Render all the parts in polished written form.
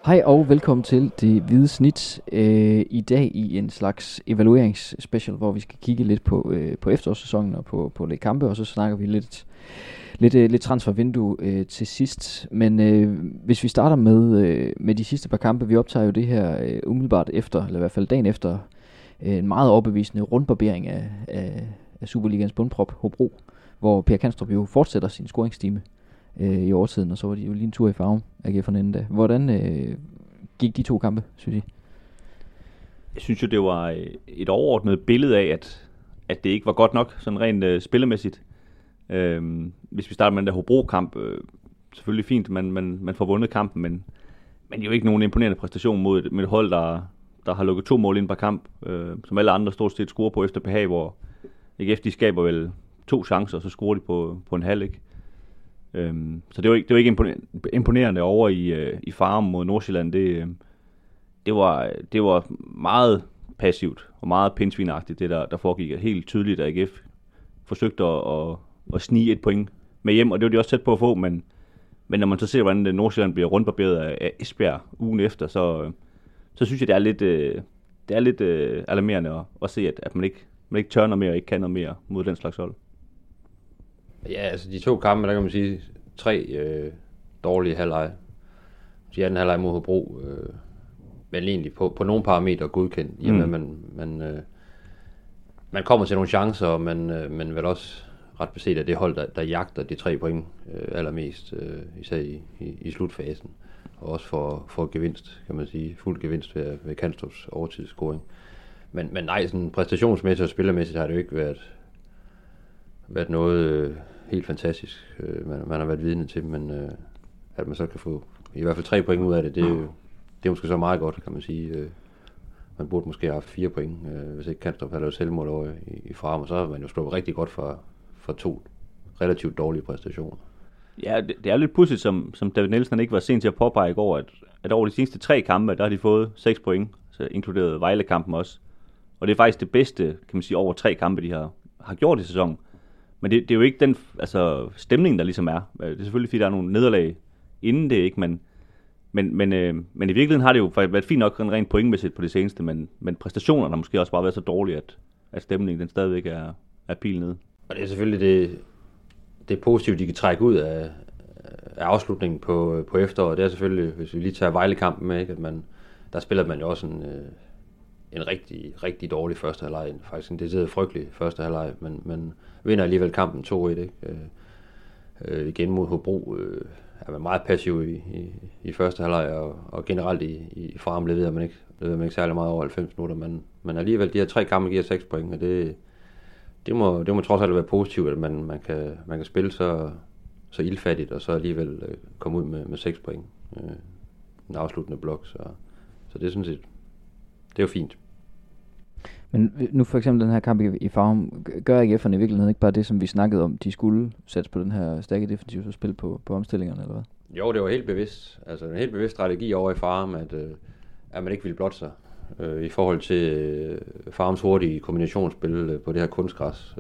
Hej og velkommen til Det Hvide Snit. I dag i en slags evalueringsspecial, hvor vi skal kigge lidt på efterårssæsonen og på lidt kampe, og så snakker vi lidt transfervindue til sidst. Men hvis vi starter med de sidste par kampe, vi optager jo det her umiddelbart efter, eller i hvert fald dagen efter, en meget overbevisende rundbarbering af Superligans bundprop Hobro, hvor Per Kanstrup jo fortsætter sin scoringstime i overtiden, og så var de jo lige en tur i farven AGF'erne inden da. Hvordan gik de to kampe, synes I? Jeg synes jo, det var et overordnet billede af, at det ikke var godt nok, sådan rent spillemæssigt. Hvis vi starter med den der Hobro-kamp, selvfølgelig fint, man får vundet kampen, men jo ikke nogen imponerende præstation mod et hold, der har lukket 2 mål ind per kamp, som alle andre stort set scorer på efter behag, hvor AGF de skaber vel 2 chancer, og så scorer de på en halv, ikke? Så det var ikke imponerende over i Farum mod Nordsjælland. Det var meget passivt og meget pindsvinagtigt, det der foregik. Helt tydeligt, at AGF forsøgte at snige et point med hjem, og det var de også tæt på at få, men når man så ser, hvordan Nordsjælland bliver rundbarberet af Esbjerg ugen efter, så synes jeg, det er lidt alarmerende at se, at man ikke tør noget mere og ikke kan noget mere mod den slags hold. Ja, altså de to kampe, der kan man sige 3 dårlige halvleje. De anden halvleje mod Hobro, men egentlig på nogle parametre godkendt, i og med man kommer til nogle chancer, men vel også ret beset af det hold, der jagter de 3 point allermest, især i slutfasen. Og også for gevinst, kan man sige, fuld gevinst ved Kanstrups overtidsscoring. Men nej, sådan præstationsmæssigt og spillermæssigt har det jo ikke været noget helt fantastisk, man har været vidne til, men at man så kan få i hvert fald 3 point ud af det, det er måske så meget godt, kan man sige. Man burde måske have haft 4 point, hvis ikke Kanstrup havde lavet selvmål over i Farum, og så har man jo sluppet rigtig godt for 2 relativt dårlige præstationer. Ja, det er lidt pudsigt, som David Nielsen ikke var sent til at påpege i går, at over de seneste 3 kampe, der har de fået 6 point, så inkluderet Vejle-kampen også. Og det er faktisk det bedste, kan man sige, over 3 kampe, de har gjort i sæsonen. Men det er jo ikke den stemning, der ligesom er. Det er selvfølgelig, fordi der er nogle nederlag inden det, ikke? Men i virkeligheden har det jo været fint nok rent pointmæssigt på det seneste, men præstationerne har måske også bare været så dårlige, at stemningen den stadigvæk er pil ned. Og det er selvfølgelig det positive, de kan trække ud af afslutningen på efteråret. Det er selvfølgelig, hvis vi lige tager Vejle-kampen med, ikke? At der spiller man jo også en rigtig, rigtig dårlig første halvleg. Faktisk en decideret frygtelig første halvleg, men vinder alligevel kampen 2-1, ikke? Igen mod Hobro er man meget passiv i første halvleg, og generelt i Farum leverer man ikke særlig meget over 90 minutter, men alligevel de her 3 kampe giver 6 point, og det må trods alt være positivt, at man kan spille så ildfattigt, og så alligevel komme ud med 6 point. En afsluttende blok, så det er sådan set, det er jo fint. Men nu for eksempel den her kamp i Farum, gør AGF'erne i virkeligheden ikke bare det, som vi snakkede om, de skulle sætte på den her stærke defensiv og spille på omstillingerne, eller hvad? Jo, det var helt bevidst. Altså en helt bevidst strategi over i Farum, at man ikke ville blotte sig i forhold til Farums hurtige kombinationsspil på det her kunstgræs.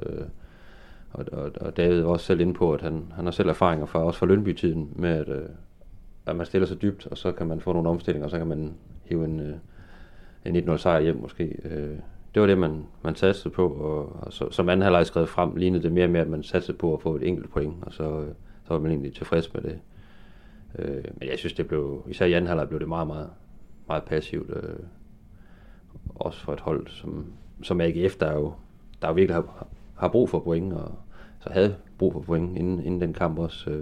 Og David var også selv inde på, at han har selv erfaringer også fra Lyngby-tiden med, at man stiller sig dybt, og så kan man få nogle omstillinger, og så kan man hive en 1-0 sejr hjem måske. Det var det, man satsede på, og så, som anden halvleg skrevet frem, lignede det mere og mere, at man satsede på at få et enkelt point, og så var man egentlig tilfreds med det. Men jeg synes, især i anden halvleg blev det meget, meget, meget passivt. Også for et hold, som AGF, der jo virkelig har brug for point, og så havde brug for point inden den kamp også.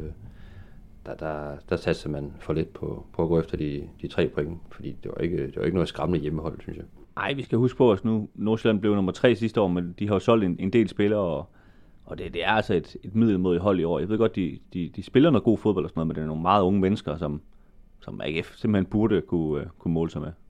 Der satsede man for lidt på at gå efter de 3 point, fordi det var ikke noget skræmmende hjemmehold, synes jeg. Nej, vi skal huske på, at nu Nordsjælland blev nummer 3 sidste år, men de har jo solgt en del spillere, og det er altså et middelmådigt hold i år. Jeg ved godt, de spiller noget god fodbold og sådan noget, men det er nogle meget unge mennesker, som AGF simpelthen burde kunne måle sig med.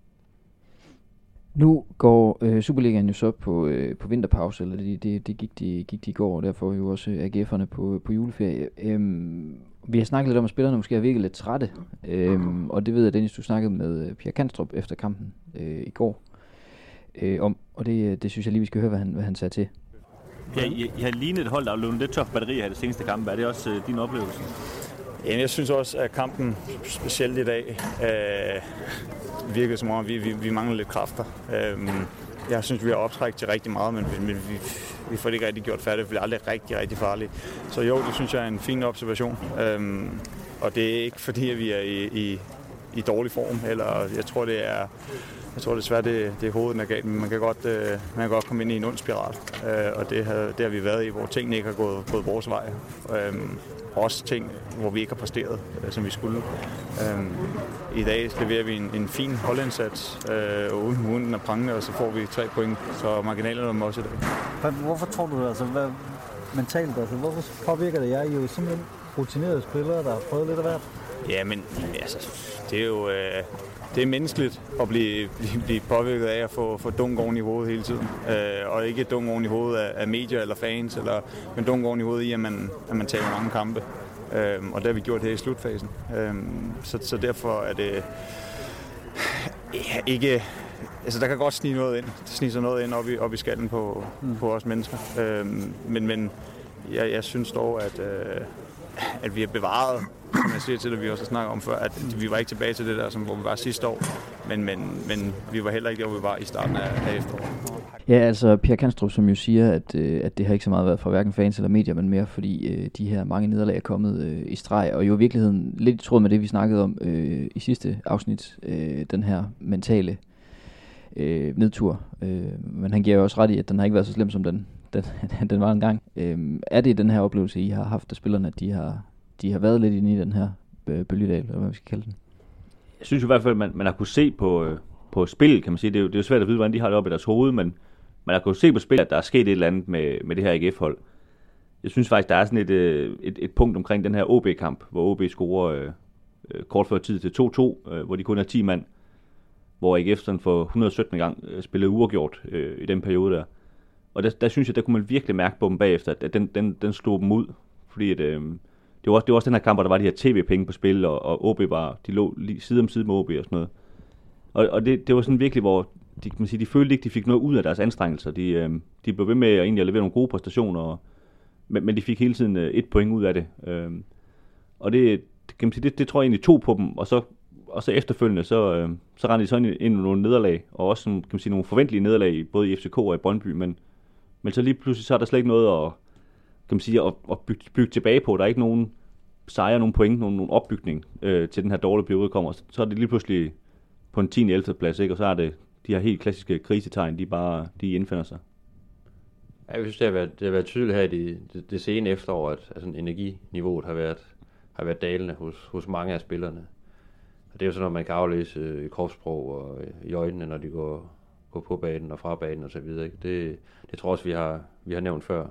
Nu går Superligaen jo så på vinterpause, eller det gik de i går, og derfor jo også AGF'erne på juleferie. Vi har snakket lidt om, at spillerne måske har virket lidt trætte, og det ved jeg, Dennis, du snakkede med Per Kanstrup efter kampen i går om, og det synes jeg lige, vi skal høre, hvad han sagde til. Ja, I har lignet et hold, der er løbet lidt tørt batteri her det seneste kamp. Er det også din oplevelse? Jamen, jeg synes også, at kampen, specielt i dag, virkede som om, vi mangler lidt kræfter. Jeg synes, vi har optrækket til rigtig meget, men vi får det ikke rigtig gjort færdigt. Vi er aldrig rigtig farlige. Så jo, det synes jeg er en fin observation. Og det er ikke fordi, at vi er i dårlig form. Eller jeg tror desværre, det er hovedet, der er galt. Men man kan godt komme ind i en ond spiral. Og det har vi været i, hvor tingene ikke har gået vores vej. Også ting, hvor vi ikke har præsteret, som vi skulle. I dag leverer vi en fin holdindsats, uden at prange, og så får vi 3 point. Så marginalerne er også i dag. Hvorfor tror du det? Altså, hvad mentalt? Altså, hvorfor påvirker det jer? I er jo simpelthen rutinerede spillere, der har prøvet lidt af hvert. Ja, men altså, det er jo det er menneskeligt at blive påvirket af at få dunk oven i hovedet hele tiden. Og ikke dunk oven i hovedet af medier eller fans, men dunk oven i hovedet i, at man tager mange kampe. Og det har vi gjort her i slutfasen. Så derfor er det ikke... Altså, der kan godt snige sig noget ind op i skallen på os mennesker. Men jeg synes dog, at vi har bevaret, som jeg siger til det, vi også har snakket om før, at vi var ikke tilbage til det der, hvor vi var sidste år, men vi var heller ikke der, hvor vi var i starten af efteråret. Ja, altså Pierre Kanstrup, som jo siger, at det har ikke så meget været for hverken fans eller medier, men mere fordi de her mange nederlag er kommet i streg, og jo i virkeligheden lidt i tråd med det, vi snakkede om i sidste afsnit, den her mentale nedtur. Men han giver jo også ret i, at den har ikke været så slem, som den var engang. Er det den her oplevelse, I har haft af spillerne, at de har været lidt inde i den her bølgedal, eller hvad vi skal kalde den? Jeg synes i hvert fald, at man har kunne se på spillet, kan man sige. Det er jo svært at vide, hvordan de har det op i deres hoved, men man har kunnet se på spillet, at der er sket et eller andet med det her AGF-hold. Jeg synes faktisk, der er sådan et punkt omkring den her OB-kamp, hvor OB scorer kort før tid til 2-2, hvor de kun er 10 mand, hvor AGF sådan for 117. gang spillede uafgjort i den periode der. Og der synes jeg, der kunne man virkelig mærke på dem bagefter, at den slog dem ud. Fordi det var også den her kamp, hvor der var de her tv-penge på spil, og OB de lå lige side om side med OB og sådan noget. Og det var sådan virkelig, hvor de følte ikke, de fik noget ud af deres anstrengelser. De blev ved med at levere nogle gode præstationer, men de fik hele tiden 1 point ud af det. Og det tror jeg egentlig tog på dem, og så efterfølgende, så rendte de så ind i nogle nederlag, og også sådan, kan man sige, nogle forventelige nederlag, både i FCK og i Brøndby, men så lige pludselig, så er der slet ikke noget at bygge tilbage på. Der er ikke nogen sejre, nogen point, nogen opbygning til den her dårlige periode kommer. Så er det lige pludselig på en 10. 11. plads, ikke? Og så er det de her helt klassiske krisetegn, de indfinder sig. Jeg synes, det har været tydeligt her i det sene efterår, at altså, energiniveauet har været dalende hos mange af spillerne. Og det er jo sådan noget, man kan aflæse i kropssprog og i øjnene, når de går på banen og fra banen og så videre. Ikke? Det tror jeg også, vi har nævnt før.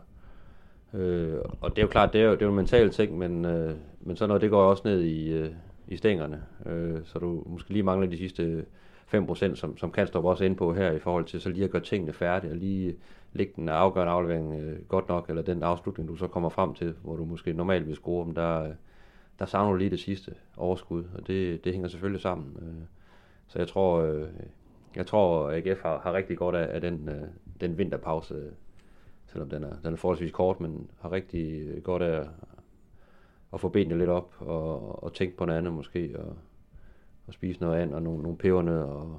Og det er jo klart, det er jo en mental ting, men sådan noget, det går også ned i stængerne. Så du måske lige mangler de sidste 5%, som Kanstrup også inde på her, i forhold til så lige at gøre tingene færdige, og lige lægge den afgørende aflevering godt nok, eller den afslutning, du så kommer frem til, hvor du måske normalt vil score, men der savner du lige det sidste overskud, og det hænger selvfølgelig sammen. Så jeg tror at AGF har rigtig godt af den vinterpause, selvom den er forholdsvis kort, men har rigtig godt af at få benene lidt op og tænke på noget andet måske, og spise noget andet og nogle pebernødder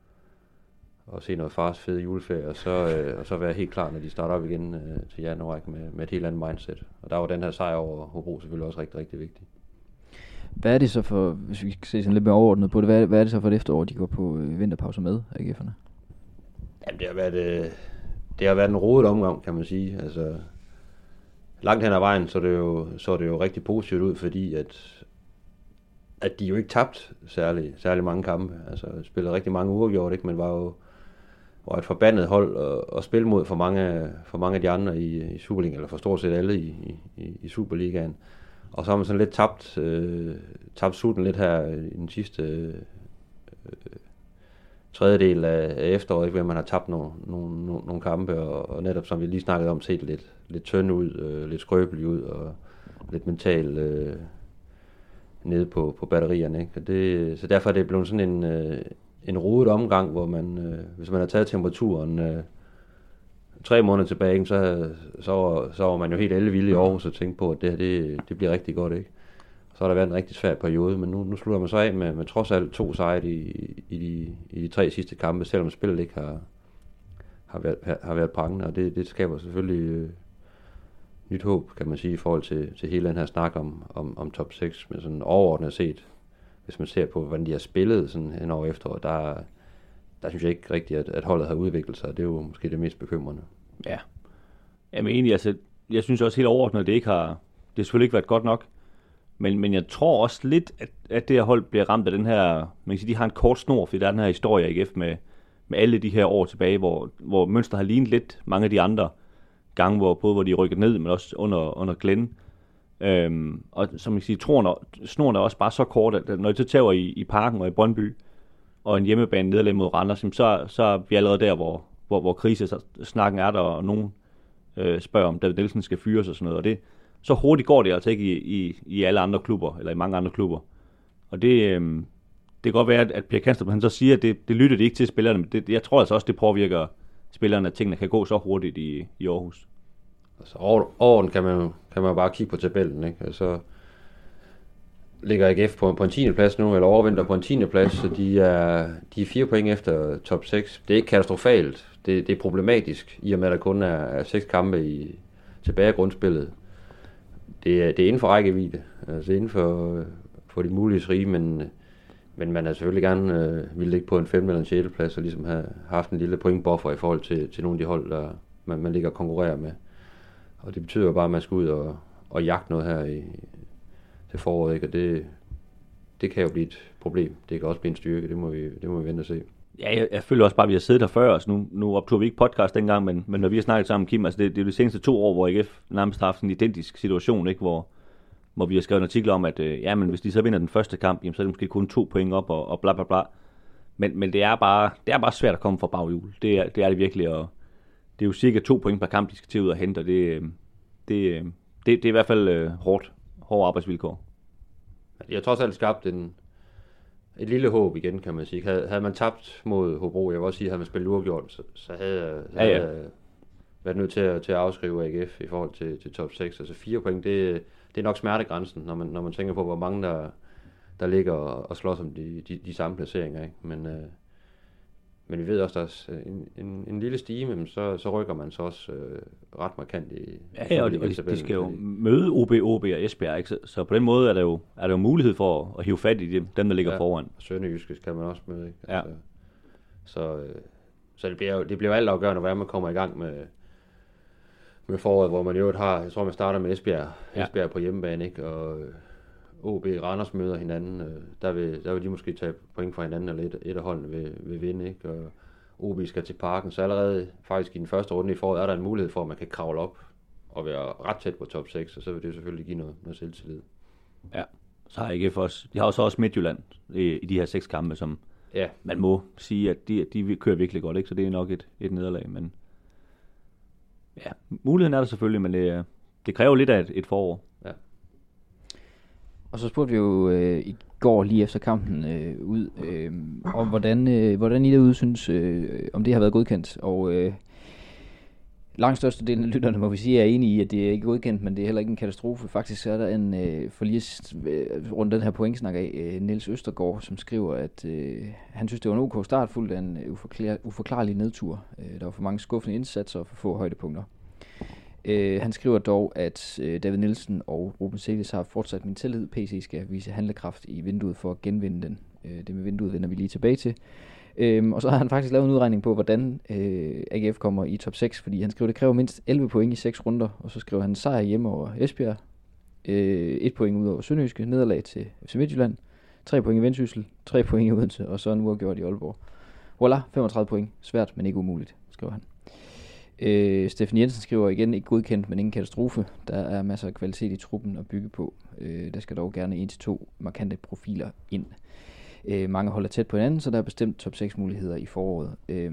og se noget fars fede juleferie, og så være helt klar, når de starter op igen til januar med et helt andet mindset. Og der var den her sejr over Hobro selvfølgelig også rigtig, rigtig vigtig. Hvad er det så for, hvis vi skal se sådan lidt mere overordnet på det, hvad er det så for et efterår, de går på vinterpause med, AGF'erne? Jamen, det har været en rodet omgang, kan man sige. Altså, langt hen ad vejen, så det jo rigtig positivt ud, fordi at de jo ikke tabt særlig mange kampe. Altså, spillede rigtig mange uafgjort, ikke, men var et forbandet hold at spille mod for mange af de andre i Superligaen, eller for stort set alle i Superligaen. Og så har man sådan lidt tabt sulten lidt her i den sidste tredjedel af efteråret, ikke, hvor man har tabt nogle kampe, og netop som vi lige snakkede om, set lidt tynd ud, lidt skrøbelig ud, og lidt mentalt nede på batterierne. Ikke? Så derfor er det blevet sådan en rodet omgang, hvor man, hvis man har taget temperaturen 3 måneder tilbage, ikke, så var man jo helt ellevild i Aarhus og tænkte på, at det her, det bliver rigtig godt, ikke? har der været en rigtig svær periode, men nu slutter man så af med trods alt 2 sejre i de 3 sidste kampe, selvom spillet ikke har været prangende, og det skaber selvfølgelig nyt håb, kan man sige, i forhold til hele den her snak om top 6, men sådan overordnet set, hvis man ser på, hvordan de har spillet sådan hen over efteråret, der synes jeg ikke rigtigt, at holdet har udviklet sig, og det er jo måske det mest bekymrende. Ja, jamen egentlig, altså, jeg synes også helt overordnet, at det har selvfølgelig ikke været godt nok, men jeg tror også lidt, at det her hold bliver ramt af den her, man kan sige, de har en kort snor, fordi der er den her historie i AGF med alle de her år tilbage, hvor Mønster har lignet lidt mange af de andre gange, hvor de rykker ned, men også under Glenn. Og som jeg siger, snoren er også bare så kort, at når de så tager i Parken og i Brøndby, og en hjemmebane nederlag mod Randers, så er vi allerede der, hvor krisesnakken er der, og nogen spørger, om David Nielsen skal fyres og sådan noget. Og det, så hurtigt går det altså ikke i alle andre klubber, eller i mange andre klubber. Og det kan godt være, at Per Kanstrup, han så siger, at det lytter de ikke til spillerne, men jeg tror altså også, det påvirker spillerne, at tingene kan gå så hurtigt i Aarhus. Altså overordnet kan man bare kigge på tabellen, ikke? Altså ligger AGF på en 10. plads nu, eller overvinter på en 10. plads, så de er 4 point efter top 6. Det er ikke katastrofalt, det er problematisk, i og med at der kun er 6 kampe tilbage af grundspillet. Det er inden for rækkevidde, altså inden for de mulige rige, men man er selvfølgelig gerne ville ligge på en 5. eller en 6. plads, og ligesom have haft en lille pointbuffer i forhold til nogle af de hold, der man ligger og konkurrerer med. Og det betyder jo bare, at man skal ud og jagte noget her til foråret, ikke? Og det kan jo blive et problem. Det kan også blive en styrke, det må vi vente og se. Ja, jeg føler også bare, at vi har siddet her før, altså nu optog vi ikke podcast dengang, men når vi har snakket sammen, Kim, altså det er de seneste 2 år, hvor AGF nærmest har haft en identisk situation, ikke? Hvor vi har skrevet en artikel om, at men hvis de så vinder den første kamp, jamen, så er det måske kun 2 point op og bla bla bla. Men det er bare svært at komme fra baghjul. Det er det virkelig, og det er jo cirka 2 point per kamp, de skal til ud og hente, og det er i hvert fald hårde arbejdsvilkår. Jeg har trods alt skabt et lille håb igen, kan man sige. Havde man tabt mod Hobro, jeg vil også sige, havde man spillet uafgjort, så havde jeg været nødt til at afskrive AGF i forhold til top 6. Altså 4 point, det er nok smertegrænsen, når man tænker på, hvor mange der ligger og slås om de samme placeringer, ikke? Men vi ved også, at en lille stime, så rykker man så også ret markant i... Ja, og de skal jo møde OB og Esbjerg, ikke? Så på den måde er der jo mulighed for at hive fat i dem, der ligger foran. Sønderjyske kan man også møde, ikke? Ja. Altså, så det bliver alt afgørende, hvordan man kommer i gang med foråret, hvor man jo har... Jeg tror, man starter med Esbjerg på hjemmebane, ikke? Og OB Randers møder hinanden, der vil de måske tage point fra hinanden, eller et af holdene vil vinde, ikke? Og OB skal til Parken, så allerede faktisk i den første runde i foråret er der en mulighed for, at man kan kravle op og være ret tæt på top 6, og så vil det selvfølgelig give noget selvtillid. Ja, så har AGF også, de har også Midtjylland i de her 6 kampe, som man må sige, at de kører virkelig godt, ikke? Så det er nok et nederlag, men ja, muligheden er der selvfølgelig, men det kræver lidt af et forår. Ja. Og så spurgte vi jo i går lige efter kampen ud om hvordan I derude synes, om det har været godkendt. Og langt størstedelen af lytterne, må vi sige, er enige i, at det er ikke godkendt, men det er heller ikke en katastrofe. Faktisk er der en, for lige rundt den her pointsnak af, Niels Østergaard, som skriver, at han synes, det var en OK start, fuldt af en uforklarlig nedtur. Der var for mange skuffende indsatser og for få højdepunkter. Han skriver dog, at David Nielsen og Ruben Selis har fortsat min tillid. PC skal vise handlekraft i vinduet for at genvinde den. Det med vinduet vender vi lige tilbage til. Og så har han faktisk lavet en udregning på, hvordan AGF kommer i top 6, fordi han skriver, det kræver mindst 11 point i 6 runder, og så skriver han sejr hjemme over Esbjerg, 1 point ud over Sønderjyske, nederlag til FC Midtjylland, 3 point i Vendsyssel, 3 point i Odense, og så en uafgjort i Aalborg. Voilà, 35 point. Svært, men ikke umuligt, skriver han. Steffen Jensen skriver igen, ikke godkendt, men ingen katastrofe. Der er masser af kvalitet i truppen at bygge på. Der skal dog gerne 1-2 markante profiler ind. Mange holder tæt på hinanden, så der er bestemt top 6 muligheder i foråret.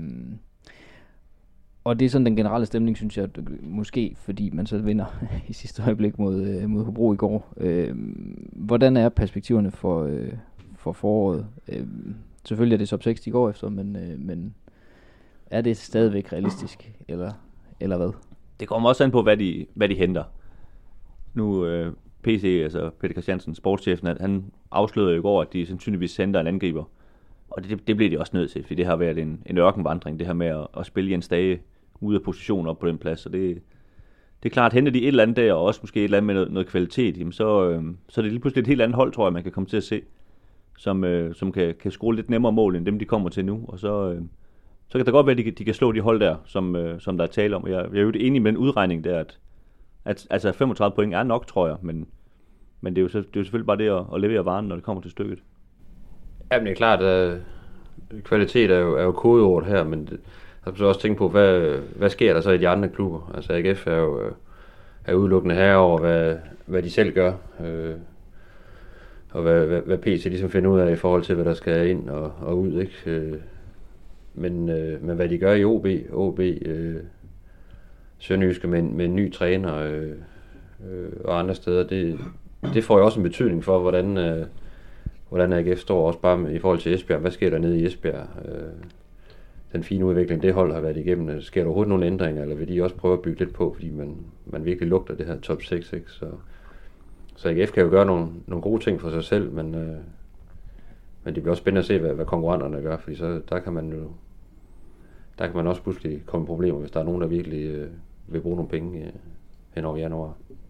Og det er sådan den generelle stemning, synes jeg, måske fordi man så vinder i sidste øjeblik mod Hobro i går. Hvordan er perspektiverne for foråret? Selvfølgelig er det top 6, de går efter, men er det stadigvæk realistisk, eller hvad? Det kommer også an på, hvad de henter. Nu, PC, altså Peter Christiansen, sportschefen, at han afslørede i går, at de sandsynligvis sender en angriber. Og det bliver de også nødt til, fordi det har været en ørkenvandring, det her med at spille Jens Dage ude af position op på den plads. Så det er klart, at henter de et eller andet der, og også måske et eller andet med noget kvalitet, jamen så er det lige pludselig et helt andet hold, tror jeg, man kan komme til at se, som kan score lidt nemmere mål, end dem, de kommer til nu. Og så kan det godt være, at de kan slå de hold der, som der er tale om. Jeg er jo enig med den udregning der, at altså 35 point er nok, tror jeg, men det er jo selvfølgelig bare det at levere varen, når det kommer til stykket. Jamen det er klart, at kvalitet er jo kodeordet her, men jeg har også tænkt på, hvad sker der så i de andre klubber? Altså AGF er udelukkende herover, hvad de selv gør, og hvad PC ligesom finder ud af i forhold til, hvad der skal ind og ud, ikke? Men hvad de gør i OB Sønderjyske med en ny træner og andre steder, det får jo også en betydning for, hvordan AGF står også bare i forhold til Esbjerg. Hvad sker der nede i Esbjerg? Den fine udvikling, det hold har været igennem. Sker der overhovedet nogle ændringer, eller vil de også prøve at bygge lidt på, fordi man virkelig lugter det her top 6, ikke? Så AGF kan jo gøre nogle gode ting for sig selv, men det bliver også spændende at se, hvad konkurrenterne gør, fordi så der kan man også pludselig komme i problemer, hvis der er nogen, der virkelig vil bruge nogle penge hen over januar.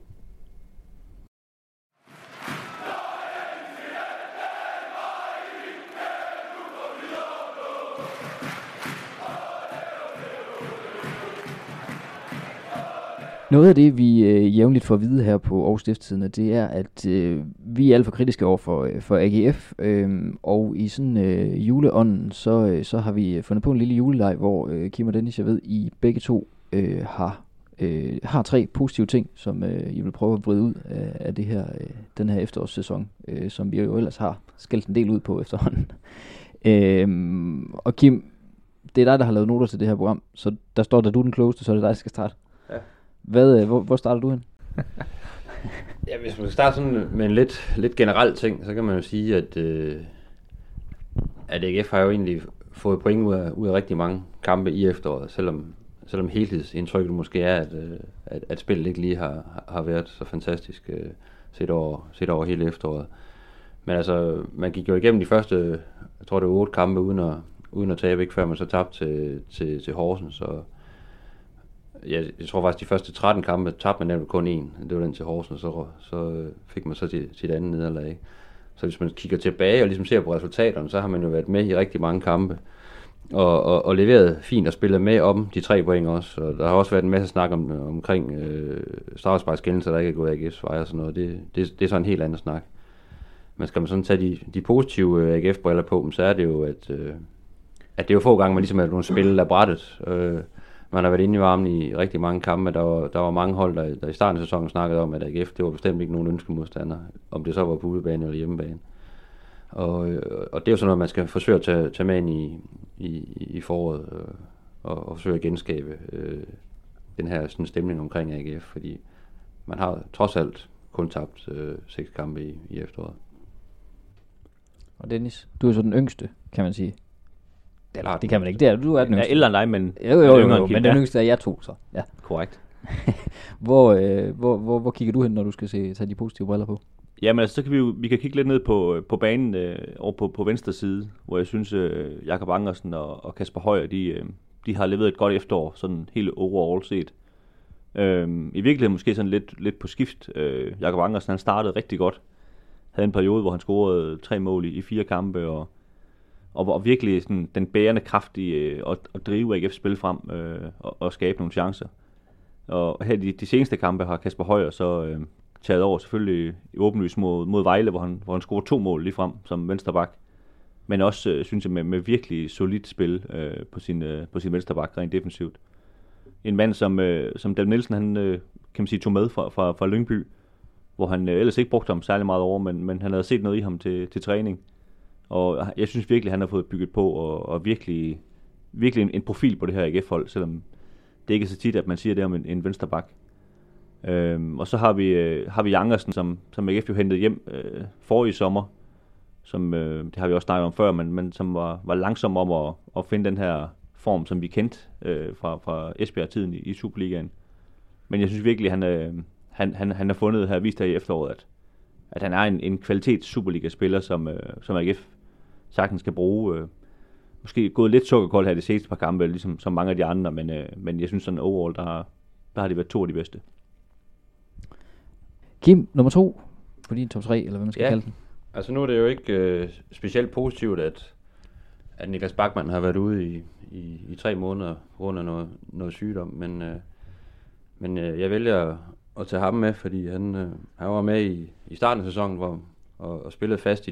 Noget af det, vi jævnligt får at vide her på Aarhus Stiftstidende, det er, at vi er alt for kritiske over for AGF, og i sådan juleånden, så har vi fundet på en lille juleleg, hvor Kim og Dennis, jeg ved, I begge to har 3 positive ting, som I vil prøve at bryde ud af det her, den her efterårssæson, som vi jo ellers har skældt en del ud på efterhånden. Og Kim, det er dig, der har lavet noter til det her program, så der står, at du er den klogeste, så er det dig, der skal starte. Ja. Hvor starter du hen? Ja, hvis man starter sådan med en lidt generel ting, så kan man jo sige, at AGF har jo egentlig fået point ud af rigtig mange kampe i efteråret, selvom helhedsindtrykket måske er, at spillet ikke lige har været så fantastisk set over hele efteråret. Men altså, man gik jo igennem de første, jeg tror det var 8 kampe uden at tabe, ikke, før man så tabte til Horsens. Og jeg tror faktisk, de første 13 kampe tabte man nemlig kun én. Det var den til Horsens, og så fik man så sit andet nederlag, ikke? Så hvis man kigger tilbage og ligesom ser på resultaterne, så har man jo været med i rigtig mange kampe. Og leveret fint og spillet med om de 3 point også. Og der har også været en masse snak omkring straffesparkskendelser, der ikke er gået AGF's vej og sådan noget. Det er så en helt anden snak. Men skal man sådan tage de positive AGF-briller på, så er det jo, at det er jo få gange, man ligesom er nogle spil af brættet. Man har været inde i varmen i rigtig mange kampe. Der var mange hold, der i starten af sæsonen snakkede om, at AGF, det var bestemt ikke nogen ønskemodstander, om det så var på udebane eller hjemmebane. Og det er jo sådan noget, man skal forsøge at tage med ind i foråret og forsøge at genskabe den her sådan stemning omkring AGF, fordi man har trods alt kun tabt 6 kampe i efteråret. Og Dennis, du er så den yngste, kan man sige. Det kan man ikke. Du er den yngste. Ja, ældre end dig, men jo, men den yngste er jeg 2, så. Ja. Korrekt. Hvor kigger du hen, når du skal tage de positive briller på? Jamen altså, så kan vi kan kigge lidt ned på banen over på venstre side, hvor jeg synes, Jakob Angersen og Kasper Højer, de har leveret et godt efterår, sådan helt overall set. I virkeligheden måske sådan lidt på skift. Jakob Angersen, han startede rigtig godt. Havde en periode, hvor han scorede 3 mål i 4 kampe, og virkelig sådan den bærende kraft i at drive AGF's spil frem og skabe nogle chancer. Og her de seneste kampe har Kasper Højer så taget over selvfølgelig i åbenlys mod Vejle, hvor han scorede 2 mål lige frem som vensterbak. Men også, synes jeg, med virkelig solidt spil på sin vensterbak, rent defensivt. En mand, som David Nielsen, han kan man sige, tog med fra Lyngby, hvor han ellers ikke brugte ham særlig meget over, men han havde set noget i ham til træning. Og jeg synes virkelig, han har fået bygget på, og virkelig en profil på det her AGF-hold, selvom det ikke er så tit, at man siger det om en vensterbak. Og så har vi Angersen, som AGF jo hentede hjem forrige sommer, som det har vi også snakket om før, men som var langsom om at finde den her form, som vi kendte fra Esbjerg-tiden i Superligaen. Men jeg synes virkelig, han han har fundet, har vist her i efteråret, at han er en kvalitets Superliga-spiller, som AGF sagtens skal bruge. Måske gået lidt sukkerkold her de seneste par kampe, ligesom som mange af de andre, men jeg synes sådan overall, der har de været 2 af de bedste. Kim, nummer 2 på din top 3, eller hvad man skal kalde den. Altså nu er det jo ikke specielt positivt, at Niklas Bachmann har været ude i 3 måneder på grund af noget sygdom, men jeg vælger at tage ham med, fordi han var med i starten af sæsonen, og spillede fast i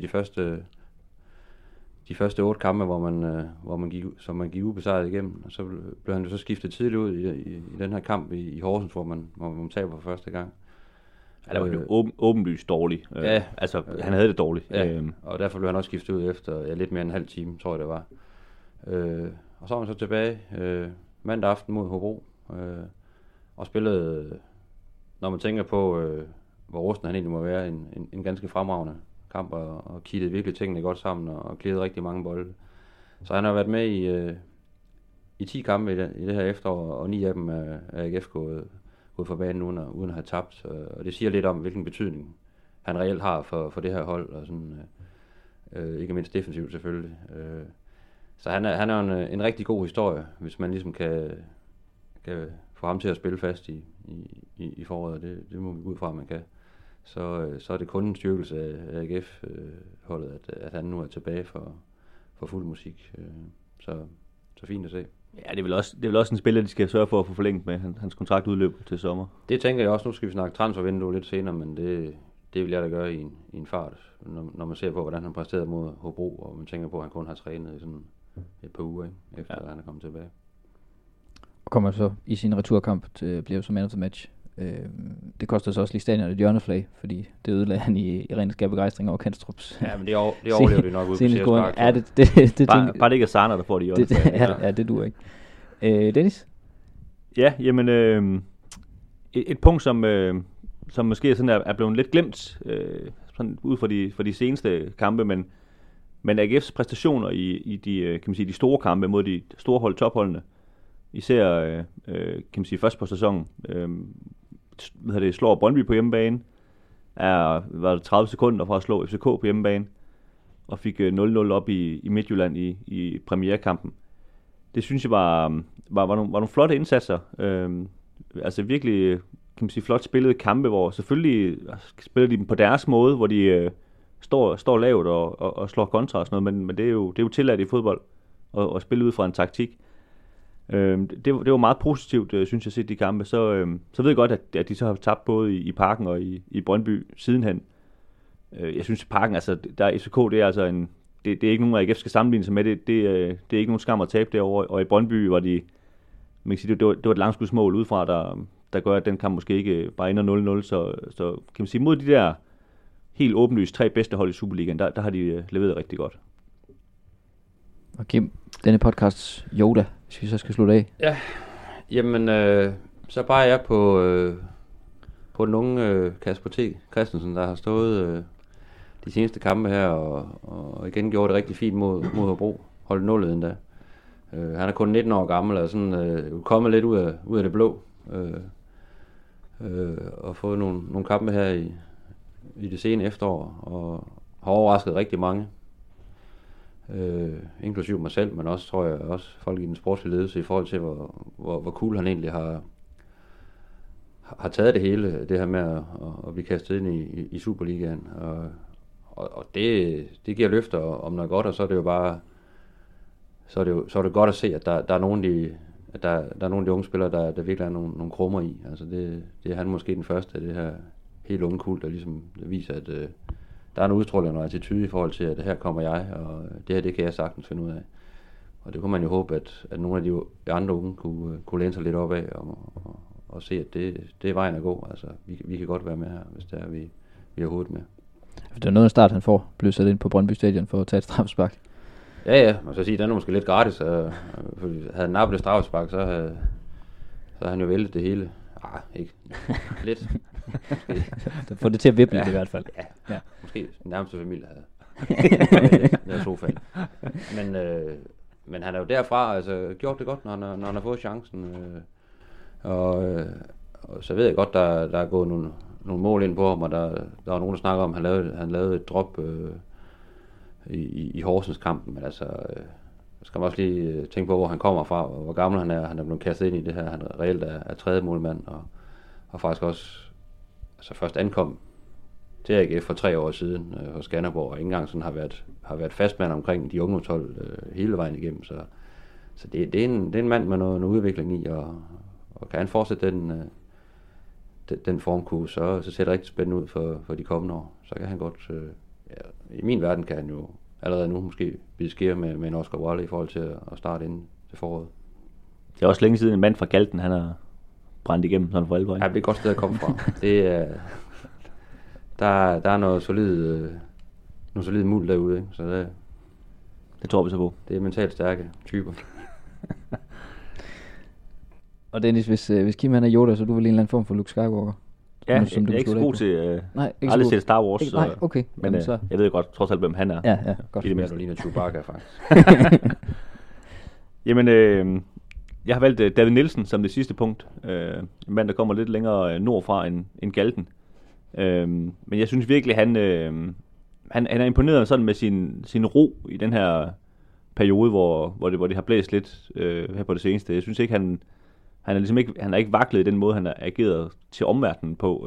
de første 8 kampe, hvor man gik ubesejret igennem, og så blev han jo så skiftet tidligt ud i den her kamp i Horsens, hvor man taber for første gang. Ja, der var jo åbenlyst dårlig. Ja. Altså, han havde det dårligt. Ja, og derfor blev han også skiftet ud efter lidt mere end en halv time, tror jeg det var. Og så var han så tilbage mandag aften mod Hobro, og spillede, når man tænker på, hvor rusten han egentlig må være, en ganske fremragende kamp, og kiggede virkelig tingene godt sammen, og klirrede rigtig mange bolde. Så han har været med i 10 kampe i det her efterår, og 9 af dem er AGF gået for banen uden at have tabt. Og det siger lidt om, hvilken betydning han reelt har for det her hold, og sådan, ikke mindst defensivt selvfølgelig. Så han er en rigtig god historie, hvis man ligesom kan få ham til at spille fast i foråret. Det må vi gå ud fra, at man kan. Så er det kun en styrkelse af AGF-holdet, at han nu er tilbage for fuld musik. Så fint at se. Ja, det er vel også en spiller, de skal sørge for at få forlænget med. Hans kontrakt udløber til sommer. Det tænker jeg også. Nu skal vi snakke transfervindue lidt senere, men det vil jeg da gøre i en fart, når man ser på, hvordan han præsterede mod Hobro, og man tænker på, at han kun har trænet i sådan et par uger, ikke? Efter at han er kommet tilbage. Og kommer så i sin returkamp bliver så man of the match. Det koster så også lige stadion et hjørneflag, fordi det ødelagde han i ren skærbegejstring over Kanstrups. Ja, men det overlever det nok ud på Sjælsmark. Ja, det bare det ikke er Sarner, der får det hjørneflag. Ja, det duer ikke. Dennis? Ja, jamen et punkt, som måske sådan er blevet lidt glemt sådan ud fra de seneste kampe, men AGF's præstationer i de, kan man sige, de store kampe mod de store hold, topholdene, især kan man sige først på sæsonen, slår Brøndby på hjemmebane, var 30 sekunder fra at slå FCK på hjemmebane, og fik 0-0 op i Midtjylland i premierekampen. Det synes jeg var nogle flotte indsatser. Altså virkelig, kan man sige, flot spillede kampe, hvor selvfølgelig spiller de dem på deres måde, hvor de står lavt og slår kontra og sådan noget, men det er jo tilladt i fodbold at spille ud fra en taktik. Det var meget positivt, synes jeg, set de kampe. Så ved jeg godt, at de så har tabt både i Parken og i Brøndby sidenhen. Jeg synes, Parken, altså der FCK, det er altså det er ikke nogen, AGF skal sammenligne sig med. Det er ikke nogen skam at tabe derovre. Og i Brøndby var man kan sige, det var et langskudsmål udefra, der gør, at den kamp måske ikke bare ender 0-0. Så kan man sige, mod de der helt åbenlyst 3 bedste hold i Superligaen, der har de leveret rigtig godt. Og Kim, denne podcasts Yoda, hvis vi så skal slutte af. Ja, jamen så bare jeg på den unge Kasper T. Christensen, der har stået de seneste kampe her, og igen gjorde det rigtig fint mod Hobro. Holdt nullet endda. Han er kun 19 år gammel, og sådan kommet lidt ud af det blå. Og fået nogle kampe her i det sene efterår, og har overrasket rigtig mange. Inklusiv mig selv, men også, tror jeg, også folk i den sportslige ledelse, i forhold til, hvor cool han egentlig har taget det hele, det her med at blive kastet ind i Superligaen. Og det giver løfter om noget godt, og så er det jo bare, så er det godt at se, at der er nogle af de unge spillere, der virkelig er nogle krummer i. Altså det er han måske den første af det her helt unge kul, der ligesom viser, at der er en udstråling og attitude i forhold til, at her kommer jeg, og det kan jeg sagtens finde ud af. Og det kunne man jo håbe, at nogle af de andre unge kunne læne sig lidt op af og se, at det er vejen at gå. Altså, vi kan godt være med her, hvis det er, vi har hovedet med. Det er noget af start, han får, blev sat ind på Brøndby Stadion for at tage et straffespark. Ja, og så sige, den er måske lidt gratis. Havde Napoli straffespark, så havde han jo væltet det hele. Ikke lidt. Få det til at vippe i hvert fald. Ja. Måske den nærmeste familie havde. Det er sofaen. Men han er jo derfra gjort det godt, når han har fået chancen. Og så ved jeg godt, der er gået nogle mål ind på ham, og der var nogen, der snakker om, at han lavede et drop i Horsens-kampen, men altså, skal man også lige tænke på, hvor han kommer fra, og hvor gammel han er. Han er blevet kastet ind i det her, han reelt er tredje målmand, og faktisk også altså først ankom til AGF for 3 år siden hos Skanderborg, og ikke engang sådan har været fastmand omkring de ungdomshold hele vejen igennem, så det er en mand med noget udvikling i, og kan han fortsætte den formkurve, så ser det rigtig spændende ud for de kommende år. Så kan han godt, i min verden kan han jo allerede nu måske blive skære med en Oscar Wilde i forhold til at starte inden til foråret. Det er også længe siden en mand fra Galten, han har brændt igennem sådan for alvor. Ja, det er et godt sted at komme fra. Det er, der er noget solid muld derude, ikke? Så det tror vi så på. Det er mentalt stærke typer. Og Dennis, hvis Kim han er Yoda, så er du vel en eller anden form for Luke Skywalker? Ja, jeg er ikke så god til aldrig set Star Wars. Nej, okay. Men så jeg ved godt trods alt, hvem han er. Ja, godt. I det mere, du ligner Chewbacca, faktisk. Jamen, jeg har valgt David Nielsen som det sidste punkt. En mand, der kommer lidt længere nordfra end Galten. Men jeg synes virkelig, han er imponeret sådan med sin ro i den her periode, hvor det har blæst lidt her på det seneste. Jeg synes ikke, han er ligesom ikke, han er ikke vaklet i den måde, han har ageret til omverdenen på.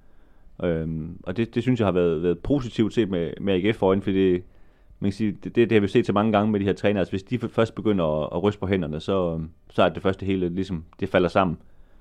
Og det synes jeg har været positivt set med AGF foran, fordi man kan sige, det har vi set så mange gange med de her trænere. Altså, hvis de først begynder at ryste på hænderne, så er det første hele ligesom, det falder sammen.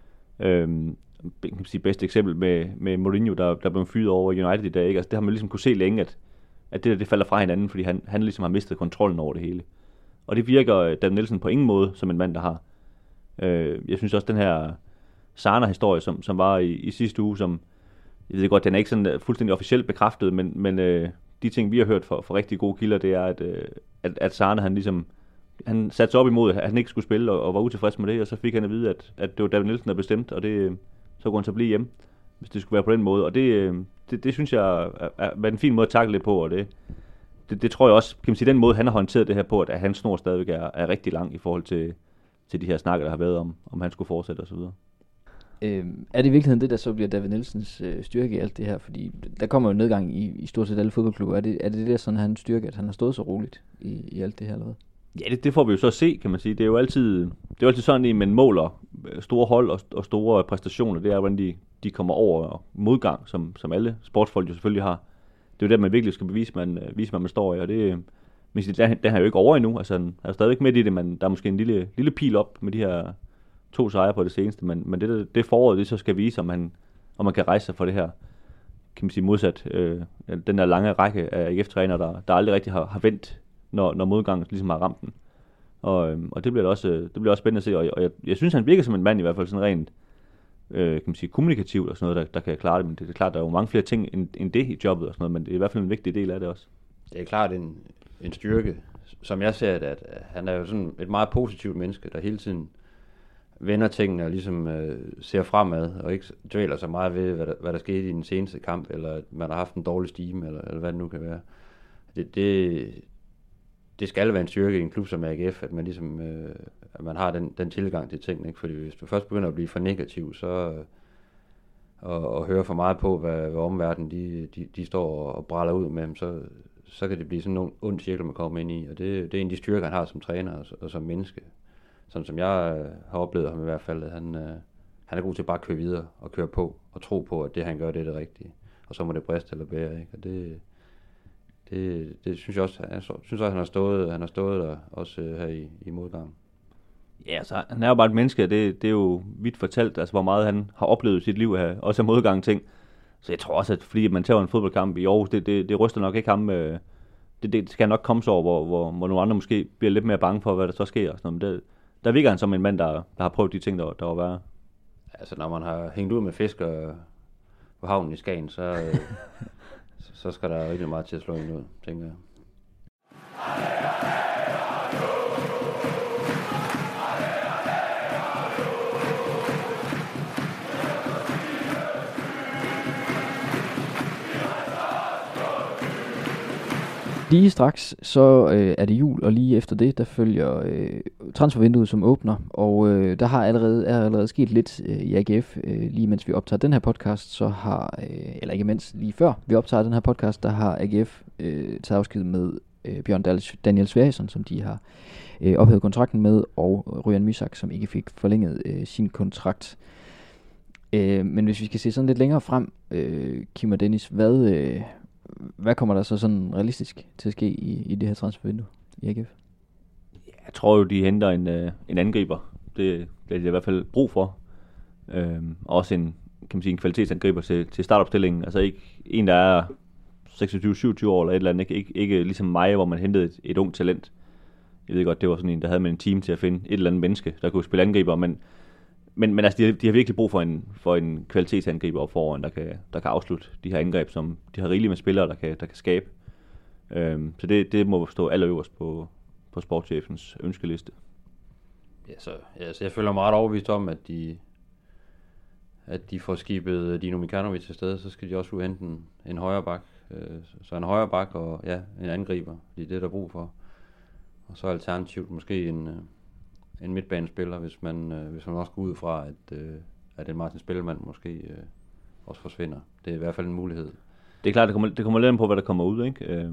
Jeg kan sige bedste eksempel med Mourinho, der blev fyret over United i dag. Ikke? Altså, det har man ligesom kunne se længe, at det falder fra hinanden, fordi han ligesom har mistet kontrollen over det hele. Og det virker David Nielsen på ingen måde som en mand, der har. Jeg synes også, den her Sana-historie, som var i sidste uge, som, jeg ved godt, den er ikke sådan fuldstændig officielt bekræftet, men de ting, vi har hørt fra rigtig gode kilder, det er, at Sana, han satte sig op imod, at han ikke skulle spille, og var utilfreds med det, og så fik han at vide, at det var David Nielsen, der bestemte, og så kunne han så blive hjemme, hvis det skulle være på den måde. Og det synes jeg er en fin måde at takle det på, og det tror jeg også, kan man sige, den måde, han har håndteret det her på, at hans snor stadigvæk er rigtig lang i forhold til de her snakker, der har været om han skulle fortsætte osv. Er det i virkeligheden det, der så bliver David Nielsens styrke i alt det her? Fordi der kommer jo nedgang i stort set alle fodboldklubber. Er det der sådan hans styrke, at han har stået så roligt i alt det her, eller hvad? Ja, det får vi jo så at se, kan man sige. Det er jo altid sådan, at man måler store hold og store præstationer. Det er, hvordan de kommer over modgang, som alle sportsfolk jo selvfølgelig har. Det er jo der, man virkelig skal vise, man står i, og det den er jo ikke over endnu. Altså, han er stadigvæk midt i det, men der er måske en lille pil op med de her 2 sejre på det seneste, men det foråret, det så skal vise, om man kan rejse sig for det her, kan man sige modsat, den der lange række af AGF-trænere, der aldrig rigtig har vendt, når modgangen ligesom har ramt den. Og det bliver også spændende at se, og jeg synes, han virker som en mand i hvert fald sådan rent, kan man sige, kommunikativt og sådan noget, der kan klare det, men det er klart, der er jo mange flere ting end det i jobbet og sådan noget, men det er i hvert fald en vigtig del af det også. Det er klart en styrke, som jeg ser det, at han er jo sådan et meget positivt menneske, der hele tiden vender tingene og ligesom ser fremad, og ikke dvæler så meget ved, hvad der skete i den seneste kamp, eller at man har haft en dårlig stime, eller hvad det nu kan være. Det skal være en styrke i en klub som AGF, at man ligesom at man har den tilgang til tingene, ikke? Fordi hvis du først begynder at blive for negativ, så og høre for meget på, hvad omverdenen de står og bræller ud med dem, så kan det blive sådan en ond cirkel, man kommer ind i, og det er en af de styrker, han har som træner og som menneske. Sådan som jeg har oplevet ham i hvert fald, at han er god til bare at køre videre og køre på og tro på, at det han gør, det er det rigtige. Og så må det briste eller bære, ikke? Og det synes jeg også, han har stået der også her i modgangen. Ja, så han er jo bare et menneske, det er jo vidt fortalt, altså hvor meget han har oplevet i sit liv her, også af modgang ting. Så jeg tror også, at fordi man tager en fodboldkamp i Aarhus, det ryster nok ikke ham. Det skal nok komme så over, hvor nogle andre måske bliver lidt mere bange for, hvad der så sker. Og sådan noget. Men der virker han som en mand, der har prøvet de ting, der var værre. Altså, når man har hængt ud med fisker på havnen i Skagen, så skal der rigtig meget til at slå ind ud, tænker jeg. Lige straks, så er det jul, og lige efter det, der følger transfervinduet, som åbner, og der er allerede sket lidt i AGF, lige mens vi optager den her podcast, så har, eller ikke mindst lige før vi optager den her podcast, der har AGF taget afsked med Bjørn Daniel Sverrisson, som de har ophævet kontrakten med, og Ryan Mysak, som ikke fik forlænget sin kontrakt. Men hvis vi skal se sådan lidt længere frem, Kim og Dennis, hvad kommer der så sådan realistisk til at ske i det her transfervindue i AGF? Jeg tror jo, de henter en angriber. Det er de i hvert fald brug for. Også en kvalitetsangriber til startopstillingen. Altså ikke en, der er 26-27 år eller et eller andet. Ikke ligesom mig, hvor man hentede et ungt talent. Jeg ved godt, det var sådan en, der havde man en team til at finde et eller andet menneske, der kunne spille angriber. Men altså, de har virkelig brug for en kvalitetsangriber op foran, der kan afslutte de her angreb, som de har rigeligt med spillere, der kan skabe. Så det må stå allerøverst på sportschefens ønskeliste. Så jeg føler mig ret overbevist om, at de får skibet Dino Mikanovic til stede, så skal de også hente en højre bak. Så en højre bak og en angriber, det er det, der er brug for. Og så alternativt måske en midtbanespiller, hvis man også går ud fra, at en Martin Spellemann måske også forsvinder. Det er i hvert fald en mulighed. Det er klart, det kommer lidt an på, hvad der kommer ud, ikke?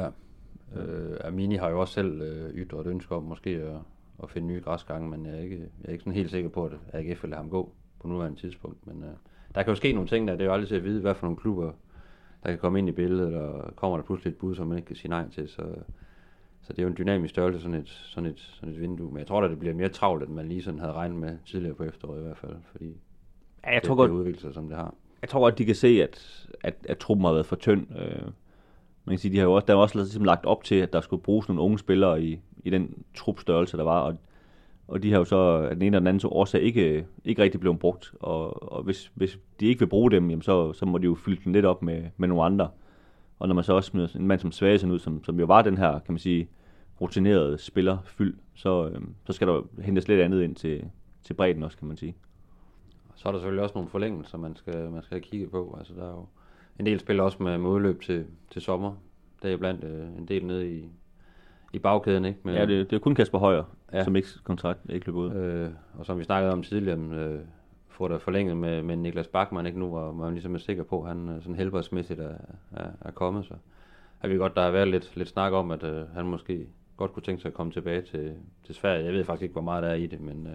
Amini har jo også selv ytret et ønske om måske at finde nye græsgange, men jeg er ikke sådan helt sikker på, at AGF vil lade ham gå på nuværende tidspunkt. Men der kan jo ske nogle ting, der det er jo aldrig til at vide, hvad for nogle klubber, der kan komme ind i billedet, eller kommer der pludselig et bud, som man ikke kan sige nej til, så det er jo en dynamisk størrelse, sådan et vindue. Men jeg tror da, det bliver mere travlt, end man lige sådan havde regnet med tidligere på efteråret i hvert fald, fordi jeg tror godt, det udvikler sig, som det har. Jeg tror godt, de kan se, at truppen har været for tynd. Man kan sige, der er også ligesom lagt op til, at der skulle bruges nogle unge spillere i den trupstørrelse, der var, og de har jo så af den ene eller den anden årsag ikke rigtig blevet brugt. Og hvis de ikke vil bruge dem, jamen så må de jo fylde den lidt op med nogle andre. Og når man så også smider en mand som Sverrisson ud, som jo var den her, kan man sige, rutinerede spiller fyld, så skal der hentes lidt andet ind til bredden også, kan man sige. Så er der selvfølgelig også nogle forlængelser, man skal have kigget på. Altså, der er jo en del spillere også med udløb til sommer. Der er blandt en del nede i bagkæden, ikke? Men, det er kun Kasper Højer, som kontrakt ikke løber ud. Og som vi snakkede om tidligere, får der forlænget med Niklas Bachmann, ikke nu, hvor man ligesom er sikker på, at han sådan helbredsmæssigt er kommet. Så har vi godt, der har været lidt snak om, at han måske godt kunne tænke sig at komme tilbage til Sverige. Jeg ved faktisk ikke, hvor meget der er i det, men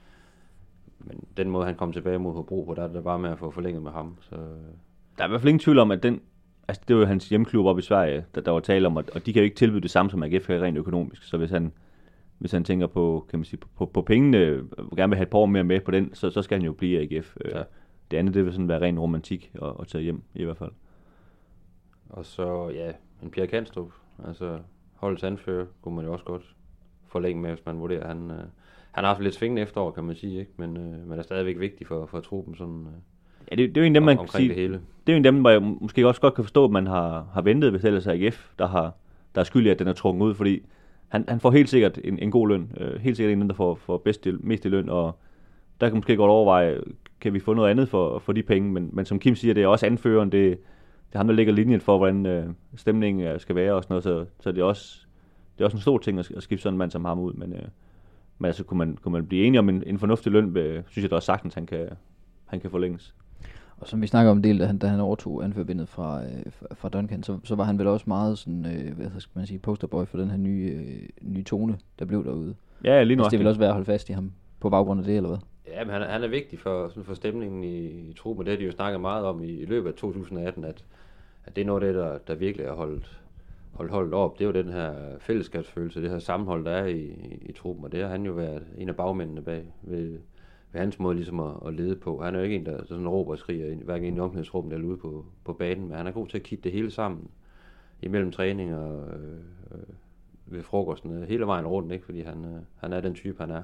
den måde, han kom tilbage mod Hobro på, der er det bare med at få forlænget med ham. Så der er i hvert fald ingen tvivl om, at det var jo hans hjemklub op i Sverige, der var tale om, og de kan jo ikke tilbyde det samme som AGF rent økonomisk. Så hvis han tænker på, kan man sige, på pengene, gerne vil have et par år mere med på den, så skal han jo blive AGF. Ja. Det andet, det vil sådan være ren romantik at tage hjem, i hvert fald. Og så, en Pierre Kanstrup, altså holdets anfører, kunne man jo også godt forlænge med, hvis man vurderer. Han har haft lidt svingende efterår, kan man sige, ikke? Men er stadigvæk vigtig for truppen sådan. Ja, det er jo en af dem, man kan sige, det hele. Det er jo en af dem, hvor jeg måske også godt kan forstå, at man har ventet, hvis ellers AGF, der er skyld i, at den er trukket ud, fordi han får helt sikkert en god løn. Helt sikkert en, der får mest i løn, og der kan måske godt overveje, kan vi få noget andet for de penge, men som Kim siger, det er også anføreren, det er ham, der lægger linjen for, hvordan stemningen skal være og sådan noget, så det er også en stor ting at skifte sådan en mand som ham ud, men altså kunne man blive enige om en fornuftig løn, synes jeg da også sagtens, han kan forlænges. Og som vi snakker om det, da han overtog anførbindet fra Duncan, så var han vel også meget sådan, hvad skal man sige, posterboy for den her nye tone, der blev derude. Ja, lige nu. Altså, det vil også være at holde fast i ham på baggrund af det, eller hvad? Ja, men han er vigtig for stemningen i truppen, og det har de jo snakket meget om i løbet af 2018, at det er noget af det, der virkelig er holdt op. Det er jo den her fællesskabsfølelse, det her sammenhold, der er i truppen, og det har han jo været en af bagmændene bag ved hans måde ligesom at lede på. Han er jo ikke en, der sådan råber og skriger, hverken i omklædningsrummet eller ude på banen, men han er god til at kigge det hele sammen imellem træning og ved frokosten, hele vejen rundt, ikke? Fordi han er den type, han er.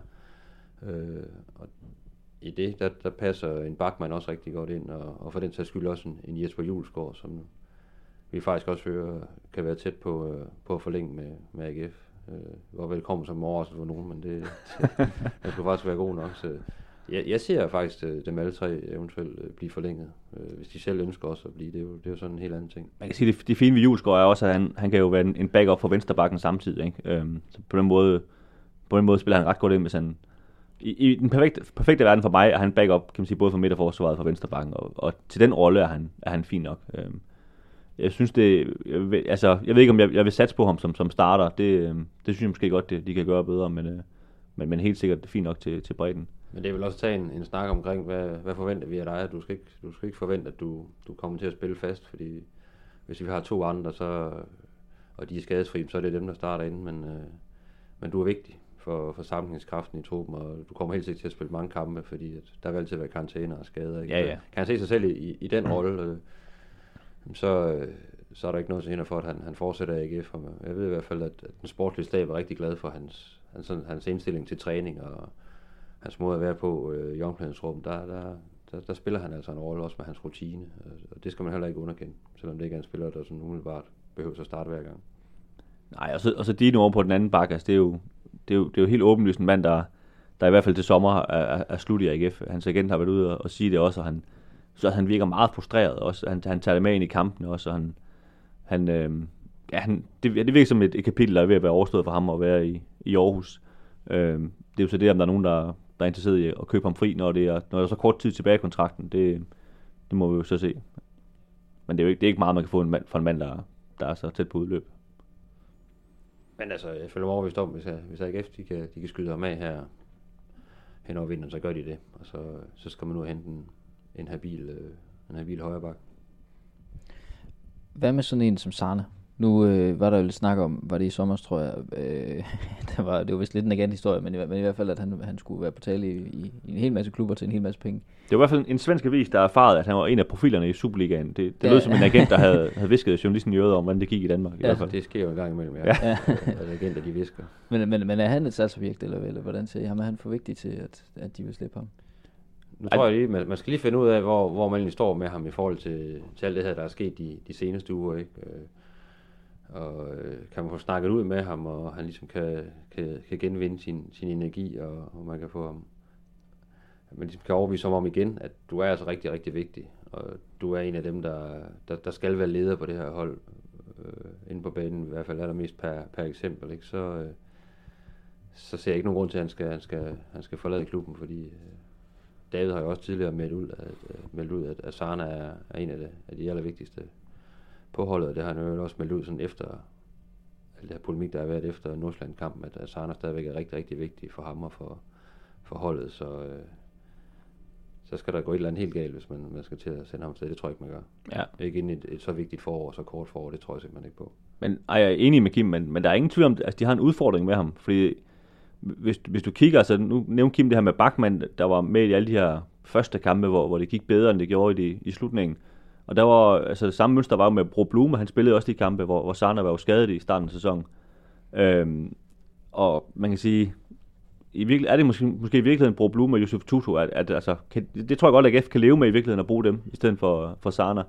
Og i det, der passer en Bachmann også rigtig godt ind, og for den sags skyld også en Jesper Julesgaard, som vi faktisk også hører, kan være tæt på at forlænge med AGF. Hvor vel kommer som overraskelse for nogen, men det skulle faktisk være god nok. Jeg ser faktisk dem alle tre eventuelt blive forlænget, hvis de selv ønsker også at blive. Det er jo sådan en helt anden ting. Man kan sige, at det fine ved Julesgaard er også, at han kan jo være en backup for venstrebakken samtidig. Ikke? Så på den måde spiller han ret godt ind, hvis han... I den perfekte verden for mig er han backup, kan man sige, både for midterforsvaret og for venstrebakken, og til den rolle er han fin nok. Jeg synes jeg ved ikke, om jeg vil satse på ham som starter. Det synes jeg måske godt, de kan gøre bedre, men helt sikkert fint nok til bredden. Men det vil også tage en snak omkring, hvad forventer vi af dig? Du skal ikke forvente, at du kommer til at spille fast, fordi hvis vi har 2 andre, og de er skadesfri, så er det dem, der starter inden, men du er vigtig for sammenhængskraften i truppen, og du kommer helt sikkert til at spille mange kampe, fordi at der vil altid være karantæner og skader. Ikke? Ja. Kan han se sig selv i den rolle, så er der ikke noget til hinder for, at han fortsætter i AGF. Jeg ved i hvert fald, at den sportlige stab er rigtig glad for hans indstilling til træning, og hans måde at være på i omklædningsrum. Der spiller han altså en rolle også med hans rutine, og det skal man heller ikke underkende, selvom det ikke er en spiller, der sådan umiddelbart behøver at starte hver gang. Nej, og så Dino over på den anden bakke, altså det er jo helt åbenlyst en mand, der i hvert fald til sommer er slut i AGF. Hans agent har været ude og sige det også, og han virker meget frustreret også. Han tager det med ind i kampene også, og det virker som et kapitel, der er ved at være overstået for ham at være i Aarhus. Det er jo så det, om der er nogen, der er interesseret i at købe ham fri, når der er så kort tid tilbage i kontrakten. Det må vi jo så se. Men det er ikke meget, man kan få for en mand, der er så tæt på udløb. Men altså, jeg føler mig overbevist om, hvis AGF de kan skyde ham af her hen over vinteren, så gør de det. Og så skal man nu hente en habil højreback. Hvad med sådan en som Sarne? Nu var der jo lidt snak om, var det i sommer, tror jeg, det var vist lidt en agent historie, men i hvert fald, at han skulle være på tale i en hel masse klubber til en hel masse penge. Det var i hvert fald en svensk avis, der erfarede, at han var en af profilerne i Superligaen. Det lød som en agent, der havde visket journalisten i øret om, hvordan det gik i Danmark. I hvert fald. Det sker jo en gang imellem, ja. At agenter, de visker. Men er han et salgsobjekt, eller hvordan siger I ham? Er han for vigtig til, at de vil slippe ham? Nu tror jeg lige, man skal lige finde ud af, hvor man lige står med ham i forhold til alt det her, der er sket de seneste uger, ikke? Og kan man få snakket ud med ham, og han ligesom kan genvinde sin energi, og man kan få ham, man ligesom kan overbevise ham om igen, at du er altså rigtig, rigtig vigtig, og du er en af dem, der skal være leder på det her hold, inde på banen, i hvert fald allermest per eksempel, ikke? Så ser jeg ikke nogen grund til, at han skal forlade klubben, fordi David har jo også tidligere meldt ud, at Sarna er en af de allervigtigste på holdet, og det har han jo også meldt ud sådan efter alt det her polemik, der har været efter Nordsjælland-kampen, at Sarna stadigvæk er rigtig, rigtig vigtig for ham og for holdet, så skal der gå et eller andet helt galt, hvis man skal til at sende ham til. Det tror jeg ikke, man gør. Ja. Ikke inden et så vigtigt forår, så kort forår, det tror jeg simpelthen ikke på. Men jeg er enig med Kim, men der er ingen tvivl om, at de har en udfordring med ham, fordi hvis du kigger, altså nu nævnte Kim det her med Bachmann, der var med i alle de her første kampe, hvor det gik bedre, end det gjorde i slutningen. Og der var, altså samme mønster var jo med Bro Blume, han spillede også de kampe, hvor Sarna var jo skadet i starten af sæsonen. Og man kan sige, er det måske i virkeligheden Bro Blume og Yusuf Tutu, at altså, det tror jeg godt, at AGF kan leve med i virkeligheden at bruge dem, i stedet for Sarna.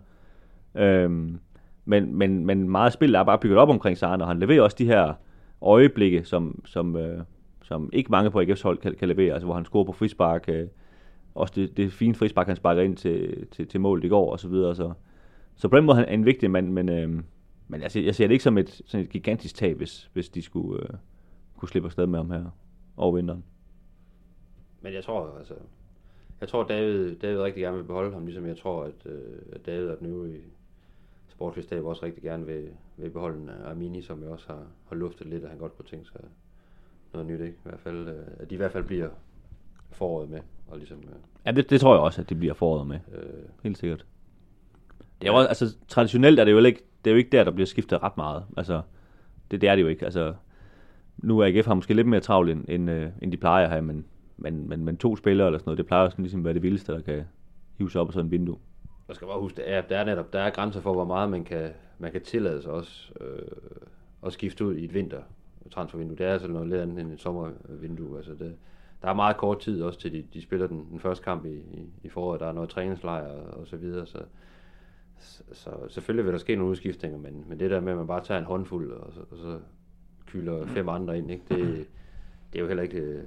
Men meget spil er bare bygget op omkring Sarna, og han leverer også de her øjeblikke, som ikke mange på AGF's hold kan levere, altså hvor han scorer på frispark, også det fine frispark, han sparker ind til målet i går, og så videre. Så på den måde er han en vigtig mand, men altså, jeg ser det ikke som sådan et gigantisk tab, hvis de skulle kunne slippe afsted med ham her over vinteren. Men jeg tror David rigtig gerne vil beholde ham, ligesom jeg tror, at David og den øvrige sportslige stab også rigtig gerne vil beholde Amini, som jeg også har luftet lidt, at han godt kunne tænke sig noget nyt, ikke? I hvert fald, at de i hvert fald bliver foråret med. Og ligesom, ja, det tror jeg også, at de bliver foråret med. Helt sikkert. Det er jo, altså, traditionelt er det jo ikke der bliver skiftet ret meget. Altså, det er det jo ikke. Altså, nu er AGF har måske lidt mere travlt, end de plejer at have, men 2 spillere eller sådan noget, det plejer sådan ligesom at være det vildeste, der kan hive sig op af sådan en vindue. Jeg skal bare huske, der er grænser for, hvor meget man kan tillade sig også at skifte ud i et vintertransfervindue. Det er altså noget lidt andet end et sommervindue. Altså der er meget kort tid også til de spiller den første kamp i foråret. Der er noget træningslejr og så videre. Så selvfølgelig vil der ske nogle udskiftninger, men det der med, at man bare tager en håndfuld og så kylder 5 andre ind, ikke? Det er jo heller ikke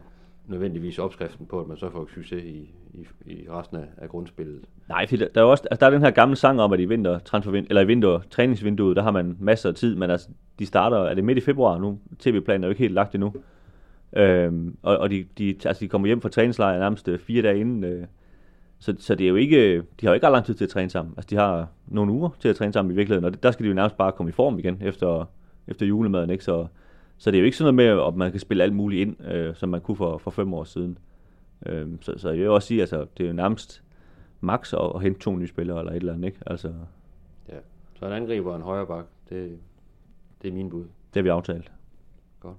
nødvendigvis opskriften på, at man så får succes i resten af grundspillet. Nej, for der er jo også, altså der er den her gamle sang om, at i træningsvinduet, der har man masser af tid, men altså, de starter, er det midt i februar nu? TV-planen er jo ikke helt lagt endnu. Og de kommer hjem fra træningslejr nærmest 4 dage inden. Så det er jo ikke, de har jo ikke ret lang tid til at træne sammen. Altså, de har nogle uger til at træne sammen i virkeligheden, og der skal de jo nærmest bare komme i form igen efter julemaden, ikke? Så det er jo ikke sådan noget med, at man kan spille alt muligt ind, som man kunne for 5 år siden. Så jeg vil også sige, altså, det er jo nærmest max at hente 2 nye spillere eller et eller andet, ikke? Altså, ja, så en angriber og en højre bak, det er min bud. Det har vi aftalt. Godt.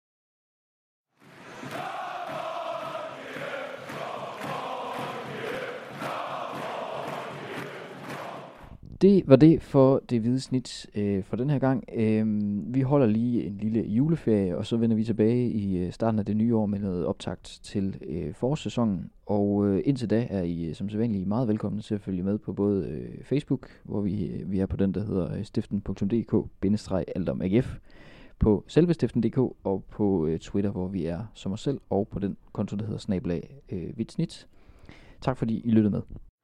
Det var det for det hvide snit for den her gang. Vi holder lige en lille juleferie, og så vender vi tilbage i starten af det nye år med noget optakt til forårssæsonen. Og indtil da er I som sædvanligt meget velkomne til at følge med på både Facebook, hvor vi er på den, der hedder stiften.dk-altomagf, på selve stiften.dk og på Twitter, hvor vi er som os selv, og på den konto, der hedder @hvidsnit. Tak fordi I lyttede med.